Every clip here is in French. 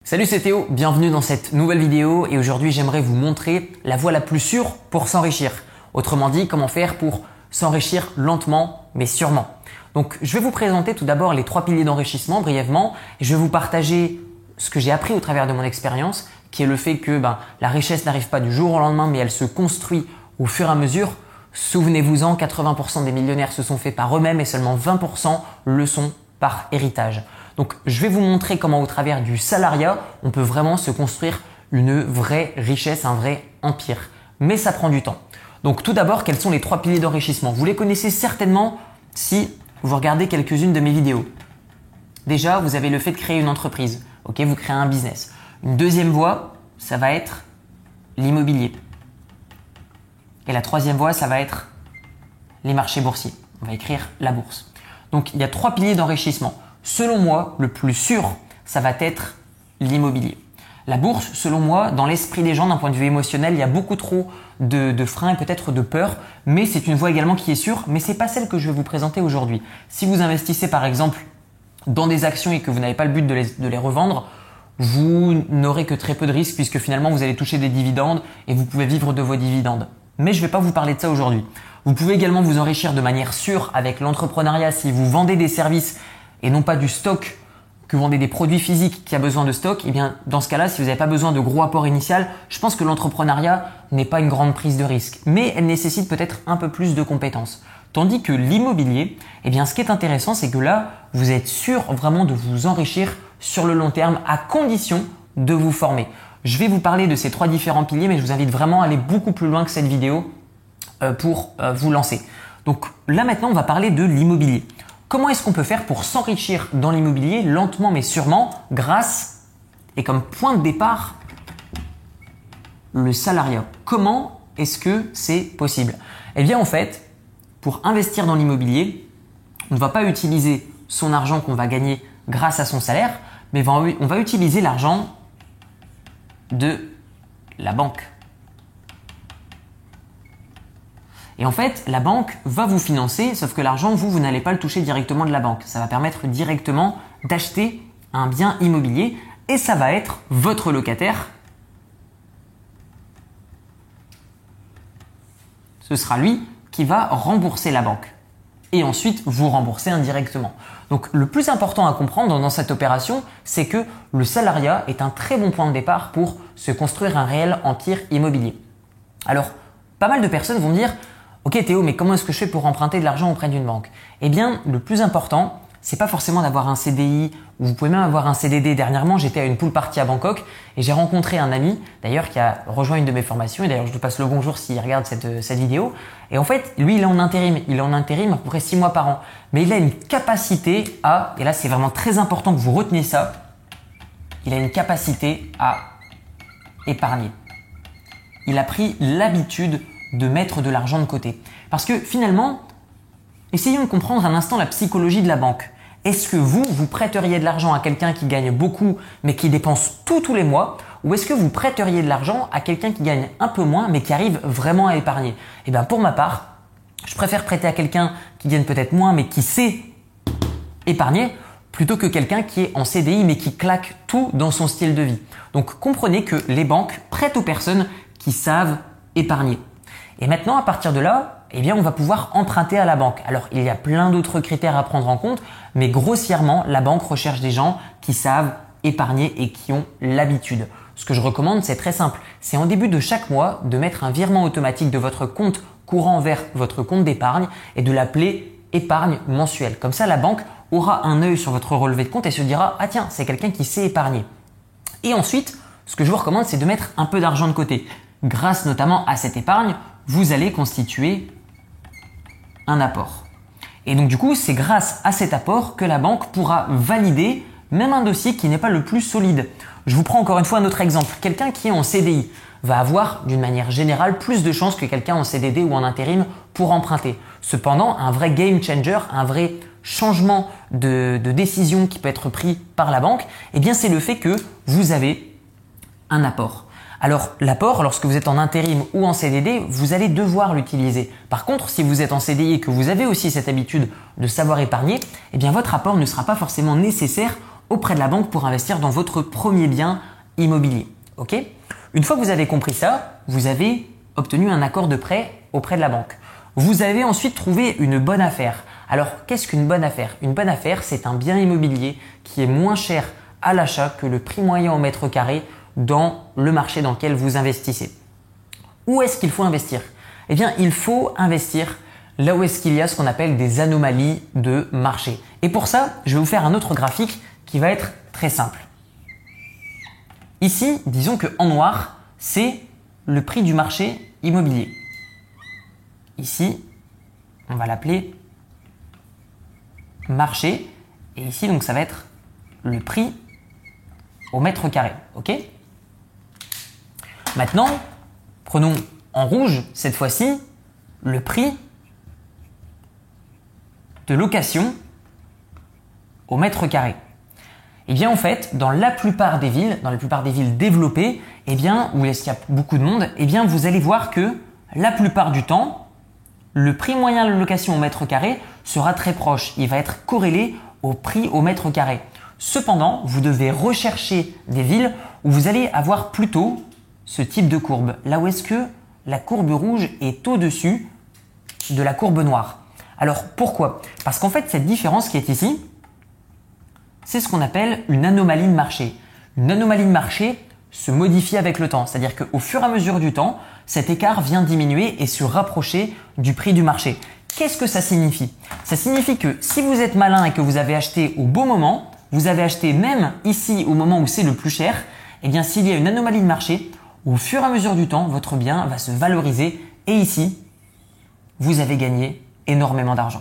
Salut, c'est Théo, bienvenue dans cette nouvelle vidéo et aujourd'hui j'aimerais vous montrer la voie la plus sûre pour s'enrichir. Autrement dit, comment faire pour s'enrichir lentement mais sûrement. Donc je vais vous présenter tout d'abord les 3 piliers d'enrichissement brièvement et je vais vous partager ce que j'ai appris au travers de mon expérience qui est le fait que la richesse n'arrive pas du jour au lendemain mais elle se construit au fur et à mesure. Souvenez-vous-en, 80% des millionnaires se sont faits par eux-mêmes et seulement 20% le sont par héritage. Donc, je vais vous montrer comment au travers du salariat, on peut vraiment se construire une vraie richesse, un vrai empire. Mais ça prend du temps. Donc, tout d'abord, quels sont les 3 piliers d'enrichissement? Vous les connaissez certainement si vous regardez quelques-unes de mes vidéos. Déjà, vous avez le fait de créer une entreprise. Ok, vous créez un business. Une deuxième voie, ça va être l'immobilier. Et la troisième voie, ça va être les marchés boursiers. On va écrire la bourse. Donc, il y a 3 piliers d'enrichissement. Selon moi, le plus sûr, ça va être l'immobilier. La bourse, selon moi, dans l'esprit des gens, d'un point de vue émotionnel, il y a beaucoup trop de freins et peut-être de peur, mais c'est une voie également qui est sûre, mais ce n'est pas celle que je vais vous présenter aujourd'hui. Si vous investissez par exemple dans des actions et que vous n'avez pas le but de les revendre, vous n'aurez que très peu de risques puisque finalement vous allez toucher des dividendes et vous pouvez vivre de vos dividendes. Mais je ne vais pas vous parler de ça aujourd'hui. Vous pouvez également vous enrichir de manière sûre avec l'entrepreneuriat si vous vendez des services et non pas du stock, que vous vendez des produits physiques qui a besoin de stock, et bien dans ce cas-là, si vous n'avez pas besoin de gros apport initial, je pense que l'entrepreneuriat n'est pas une grande prise de risque, mais elle nécessite peut-être un peu plus de compétences. Tandis que l'immobilier, eh bien ce qui est intéressant, c'est que là, vous êtes sûr vraiment de vous enrichir sur le long terme à condition de vous former. Je vais vous parler de ces 3 différents piliers, mais je vous invite vraiment à aller beaucoup plus loin que cette vidéo pour vous lancer. Donc là maintenant, on va parler de l'immobilier. Comment est-ce qu'on peut faire pour s'enrichir dans l'immobilier lentement mais sûrement grâce et comme point de départ le salariat? Comment est-ce que c'est possible? Eh bien en fait, pour investir dans l'immobilier, on ne va pas utiliser son argent qu'on va gagner grâce à son salaire, mais on va utiliser l'argent de la banque. Et en fait, la banque va vous financer, sauf que l'argent, vous n'allez pas le toucher directement de la banque. Ça va permettre directement d'acheter un bien immobilier et ça va être votre locataire. Ce sera lui qui va rembourser la banque et ensuite vous rembourser indirectement. Donc le plus important à comprendre dans cette opération, c'est que le salariat est un très bon point de départ pour se construire un réel empire immobilier. Alors, pas mal de personnes vont dire « Ok Théo, mais comment est-ce que je fais pour emprunter de l'argent auprès d'une banque ?» Eh bien, le plus important, c'est pas forcément d'avoir un CDI ou vous pouvez même avoir un CDD. Dernièrement, j'étais à une pool party à Bangkok et j'ai rencontré un ami d'ailleurs qui a rejoint une de mes formations et d'ailleurs je lui passe le bonjour s'il regarde cette vidéo. Et en fait, lui, il est en intérim. Il est en intérim à peu près 6 mois par an. Mais il a une capacité à, et là c'est vraiment très important que vous reteniez ça, il a une capacité à épargner. Il a pris l'habitude de mettre de l'argent de côté. Parce que finalement, essayons de comprendre un instant la psychologie de la banque. Est-ce que vous prêteriez de l'argent à quelqu'un qui gagne beaucoup mais qui dépense tout tous les mois, ou est-ce que vous prêteriez de l'argent à quelqu'un qui gagne un peu moins mais qui arrive vraiment à épargner? Eh bien pour ma part, je préfère prêter à quelqu'un qui gagne peut-être moins mais qui sait épargner plutôt que quelqu'un qui est en CDI mais qui claque tout dans son style de vie. Donc comprenez que les banques prêtent aux personnes qui savent épargner. Et maintenant, à partir de là, eh bien, on va pouvoir emprunter à la banque. Alors, il y a plein d'autres critères à prendre en compte, mais grossièrement, la banque recherche des gens qui savent épargner et qui ont l'habitude. Ce que je recommande, c'est très simple. C'est en début de chaque mois de mettre un virement automatique de votre compte courant vers votre compte d'épargne et de l'appeler épargne mensuelle. Comme ça, la banque aura un œil sur votre relevé de compte et se dira « Ah tiens, c'est quelqu'un qui sait épargner ». Et ensuite, ce que je vous recommande, c'est de mettre un peu d'argent de côté. Grâce notamment à cette épargne, vous allez constituer un apport. Et donc du coup, c'est grâce à cet apport que la banque pourra valider même un dossier qui n'est pas le plus solide. Je vous prends encore une fois un autre exemple. Quelqu'un qui est en CDI va avoir d'une manière générale plus de chances que quelqu'un en CDD ou en intérim pour emprunter. Cependant, un vrai game changer, un vrai changement de décision qui peut être pris par la banque, eh bien c'est le fait que vous avez un apport. Alors l'apport, lorsque vous êtes en intérim ou en CDD, vous allez devoir l'utiliser. Par contre, si vous êtes en CDI et que vous avez aussi cette habitude de savoir épargner, eh bien votre apport ne sera pas forcément nécessaire auprès de la banque pour investir dans votre premier bien immobilier. Ok? Une fois que vous avez compris ça, vous avez obtenu un accord de prêt auprès de la banque. Vous avez ensuite trouvé une bonne affaire. Alors, qu'est-ce qu'une bonne affaire? Une bonne affaire, c'est un bien immobilier qui est moins cher à l'achat que le prix moyen au mètre carré dans le marché dans lequel vous investissez. Où est-ce qu'il faut investir? Eh bien, il faut investir là où est-ce qu'il y a ce qu'on appelle des anomalies de marché. Et pour ça, je vais vous faire un autre graphique qui va être très simple. Ici, disons que en noir, c'est le prix du marché immobilier. Ici, on va l'appeler marché. Et ici, donc, ça va être le prix au mètre carré. Ok? Maintenant, prenons en rouge, cette fois-ci, le prix de location au mètre carré. Eh bien, en fait, dans la plupart des villes, développées, eh bien, où est-ce qu'il y a beaucoup de monde, eh bien, vous allez voir que la plupart du temps, le prix moyen de location au mètre carré sera très proche. Il va être corrélé au prix au mètre carré. Cependant, vous devez rechercher des villes où vous allez avoir plutôt ce type de courbe. Là où est-ce que la courbe rouge est au-dessus de la courbe noire. Alors, pourquoi? Parce qu'en fait, cette différence qui est ici, c'est ce qu'on appelle une anomalie de marché. Une anomalie de marché se modifie avec le temps. C'est-à-dire qu'au fur et à mesure du temps, cet écart vient diminuer et se rapprocher du prix du marché. Qu'est-ce que ça signifie? Ça signifie que si vous êtes malin et que vous avez acheté au bon moment, vous avez acheté même ici au moment où c'est le plus cher, eh bien s'il y a une anomalie de marché, au fur et à mesure du temps, votre bien va se valoriser et ici, vous avez gagné énormément d'argent.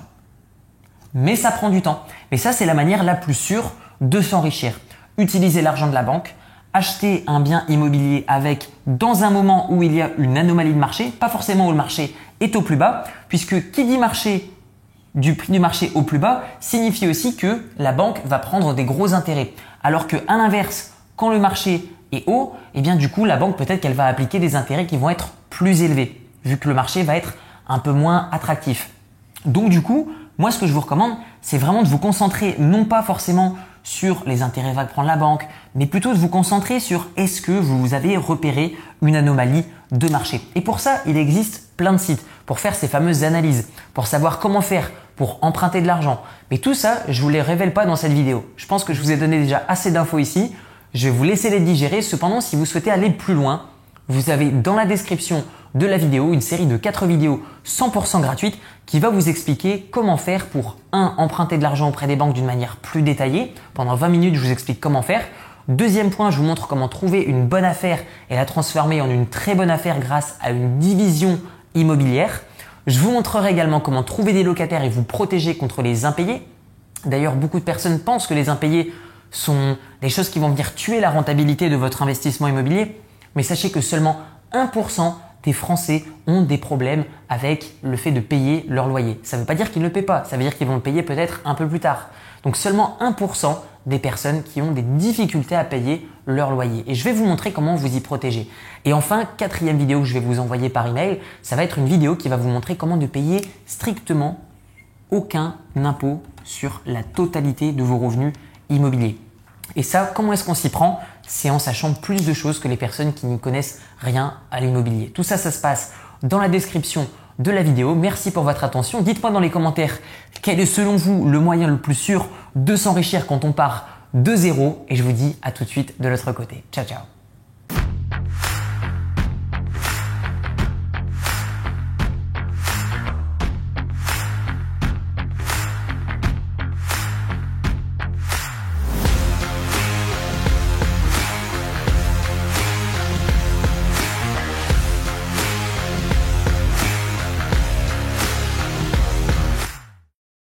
Mais ça prend du temps. Mais ça, c'est la manière la plus sûre de s'enrichir. Utiliser l'argent de la banque, acheter un bien immobilier dans un moment où il y a une anomalie de marché, pas forcément où le marché est au plus bas, puisque qui dit marché du prix du marché au plus bas signifie aussi que la banque va prendre des gros intérêts. Alors que à l'inverse, quand le marché est haut, eh bien du coup la banque peut-être qu'elle va appliquer des intérêts qui vont être plus élevés, vu que le marché va être un peu moins attractif. Donc du coup, moi ce que je vous recommande, c'est vraiment de vous concentrer non pas forcément sur les intérêts va prendre la banque, mais plutôt de vous concentrer sur est-ce que vous avez repéré une anomalie de marché. Et pour ça, il existe plein de sites pour faire ces fameuses analyses, pour savoir comment faire pour emprunter de l'argent. Mais tout ça, je ne vous les révèle pas dans cette vidéo. Je pense que je vous ai donné déjà assez d'infos ici. Je vais vous laisser les digérer. Cependant, si vous souhaitez aller plus loin, vous avez dans la description de la vidéo une série de 4 vidéos 100% gratuites qui va vous expliquer comment faire pour 1. Emprunter de l'argent auprès des banques d'une manière plus détaillée. Pendant 20 minutes, je vous explique comment faire. Deuxième point, je vous montre comment trouver une bonne affaire et la transformer en une très bonne affaire grâce à une division immobilière. Je vous montrerai également comment trouver des locataires et vous protéger contre les impayés. D'ailleurs, beaucoup de personnes pensent que les impayés sont des choses qui vont venir tuer la rentabilité de votre investissement immobilier. Mais sachez que seulement 1% des Français ont des problèmes avec le fait de payer leur loyer. Ça ne veut pas dire qu'ils ne le paient pas, ça veut dire qu'ils vont le payer peut-être un peu plus tard. Donc seulement 1% des personnes qui ont des difficultés à payer leur loyer. Et je vais vous montrer comment vous y protéger. Et enfin, 4e vidéo que je vais vous envoyer par email, ça va être une vidéo qui va vous montrer comment ne payer strictement aucun impôt sur la totalité de vos revenus immobiliers. Et ça, comment est-ce qu'on s'y prend? C'est en sachant plus de choses que les personnes qui n'y connaissent rien à l'immobilier. Tout ça, ça se passe dans la description de la vidéo. Merci pour votre attention. Dites-moi dans les commentaires quel est selon vous le moyen le plus sûr de s'enrichir quand on part de zéro. Et je vous dis à tout de suite de l'autre côté. Ciao, ciao.